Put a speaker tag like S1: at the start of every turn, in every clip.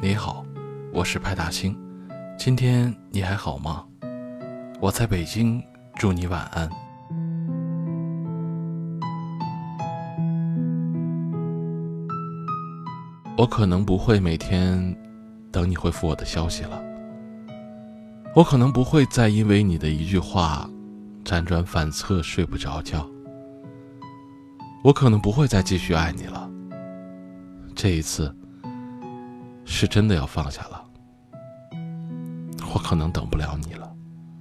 S1: 你好，我是派大星，今天你还好吗？我在北京，祝你晚安。我可能不会每天等你回复我的消息了，我可能不会再因为你的一句话辗转反侧睡不着觉，我可能不会再继续爱你了，这一次是真的要放下了，我可能等不了你了。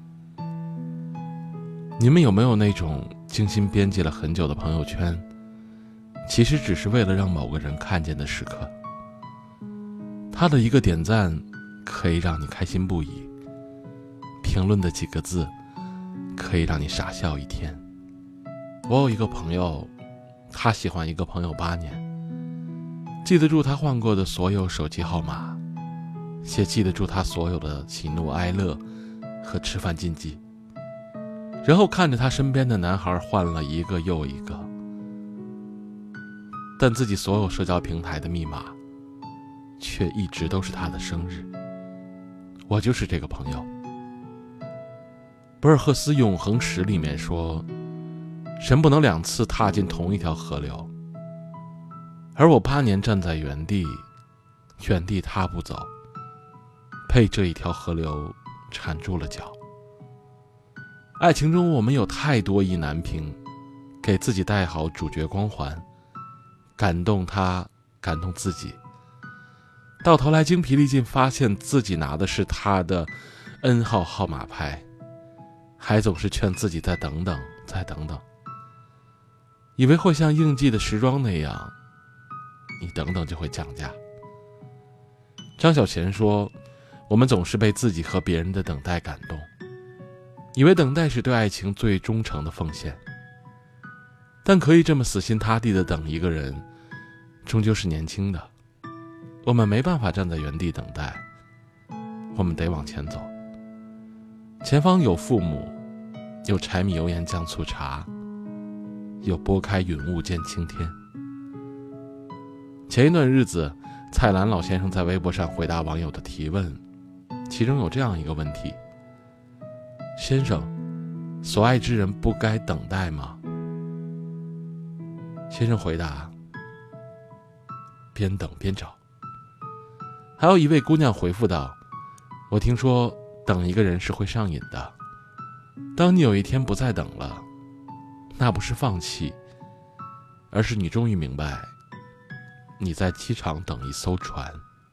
S1: 你们有没有那种精心编辑了很久的朋友圈，其实只是为了让某个人看见的时刻？他的一个点赞可以让你开心不已，评论的几个字可以让你傻笑一天。我有一个朋友，他喜欢一个朋友8年，记得住他换过的所有手机号码，也记得住他所有的喜怒哀乐和吃饭禁忌，然后看着他身边的男孩换了一个又一个，但自己所有社交平台的密码却一直都是他的生日。我就是这个朋友。博尔赫斯《永恒史》里面说，人不能2次踏进同一条河流，而我8年站在原地踏不走，被这一条河流缠住了脚。爱情中我们有太多意难平，给自己戴好主角光环，感动他，感动自己，到头来精疲力尽，发现自己拿的是他的 N 号号码牌，还总是劝自己再等等，再等等，以为会像应季的时装那样，你等等就会降价。张小娴说，我们总是被自己和别人的等待感动，以为等待是对爱情最忠诚的奉献，但可以这么死心塌地的等一个人，终究是年轻的。我们没办法站在原地等待，我们得往前走。前方有父母，有柴米油盐酱醋茶，有拨开云雾见青天。前一段日子，蔡澜老先生在微博上回答网友的提问，其中有这样一个问题：先生，所爱之人不该等待吗？先生回答，边等边找。还有一位姑娘回复道，我听说等一个人是会上瘾的，当你有一天不再等了，那不是放弃，而是你终于明白你在机场等一艘船。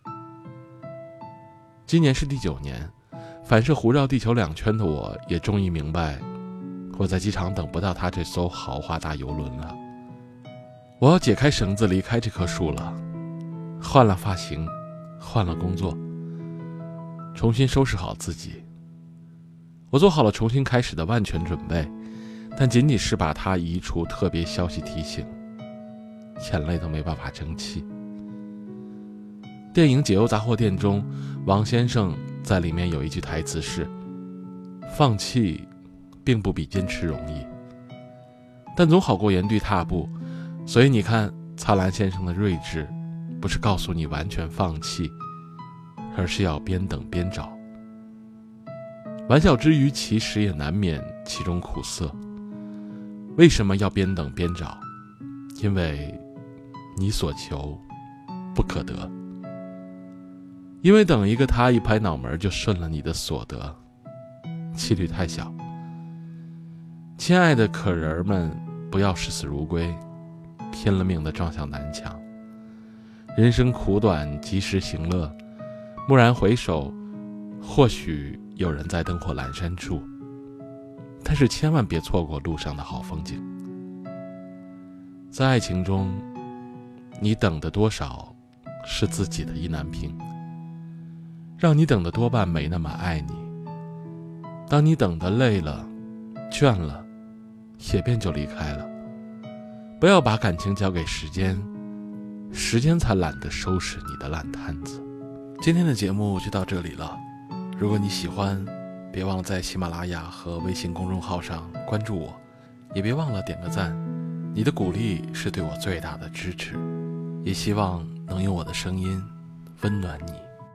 S1: 今年是第9年，反射弧绕地球2圈的我也终于明白，我在机场等不到他这艘豪华大游轮了。我要解开绳子离开这棵树了，换了发型，换了工作，重新收拾好自己。我做好了重新开始的万全准备，但仅仅是把它移除特别消息提醒，眼泪都没办法争气。电影《解忧杂货店》中，王先生在里面有一句台词是，放弃并不比坚持容易，但总好过原地踏步。所以你看，蔡澜先生的睿智不是告诉你完全放弃，而是要边等边找。玩笑之余，其实也难免其中苦涩。为什么要边等边找？因为你所求不可得，因为等一个他一拍脑门就顺了你的所得，几率太小。亲爱的可人们，不要视死如归，拼了命地撞向南墙。人生苦短，及时行乐，蓦然回首，或许有人在灯火阑珊处，但是千万别错过路上的好风景。在爱情中，你等的多少是自己的意难平，让你等的多半没那么爱你。当你等得累了，倦了，也便就离开了。不要把感情交给时间，时间才懒得收拾你的烂摊子。今天的节目就到这里了，如果你喜欢，别忘了在喜马拉雅和微信公众号上关注我，也别忘了点个赞，你的鼓励是对我最大的支持，也希望能用我的声音温暖你。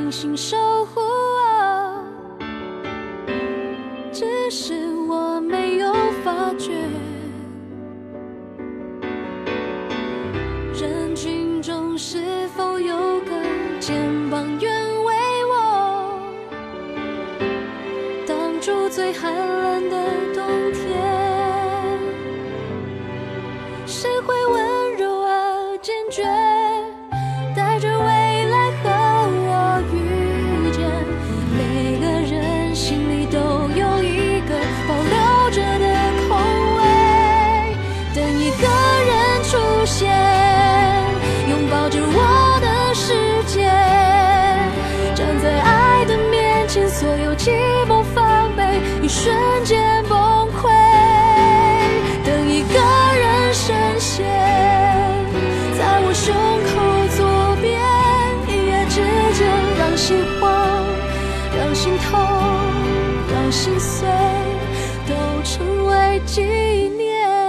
S2: 精心守护我，只是我没有发觉。人群中是否有个肩膀愿为我挡住最寒冷的冬天？谁会温柔而坚决，带着未来和我遇见？每个人心里都有一个保留着的空位，等一个人出现，拥抱着我的世界。站在爱的面前，所有寂寞防备一瞬间崩溃。等一个人深陷在我胸口左边，一夜之间让心慌，让心痛，让心碎，都成为纪念。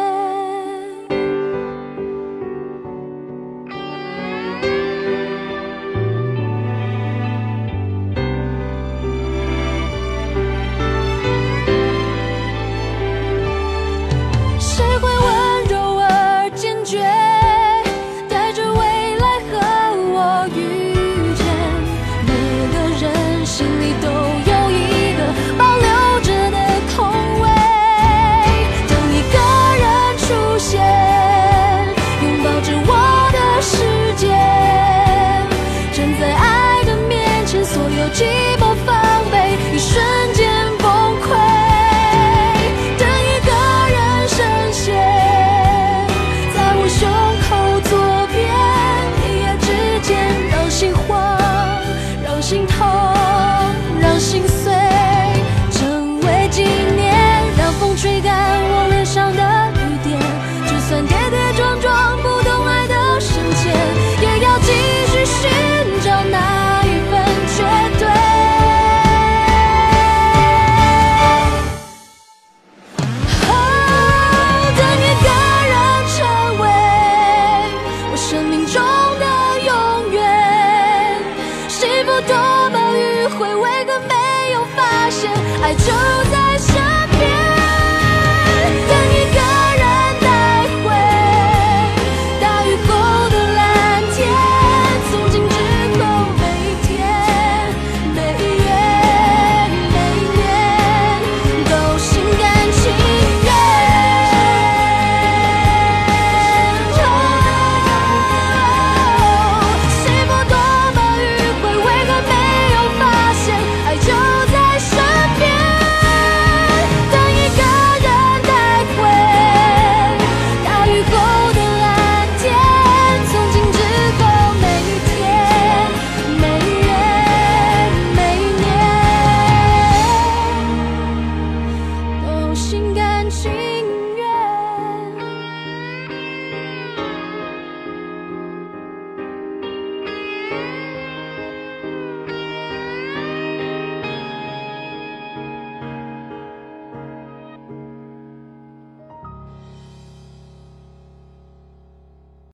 S2: 谁会温柔而坚决，带着未来和我遇见？每个人心里都有一个保留着的空位，等一个人出现，拥抱着我的世界。站在爱的面前，所有寂寞防备一瞬间崩溃。等一个人深陷在我胸口左边，一夜之间让心慌，让心痛，让心碎，成为纪念。让风吹干我脸上的雨点，就算跌跌撞撞不懂爱的深浅，也要继续寻找那一份绝对。等一个人成为我生命中的永远，是否多暴雨会为何没有发现爱就在身边？等一个人带回大雨后的蓝天，从今之后每一天每一月每一年都心甘情愿。是否多暴雨会为何没有发现爱就在身边？等一个人带回大雨后的蓝天，从今之后每一天每一月每一年都心甘情愿。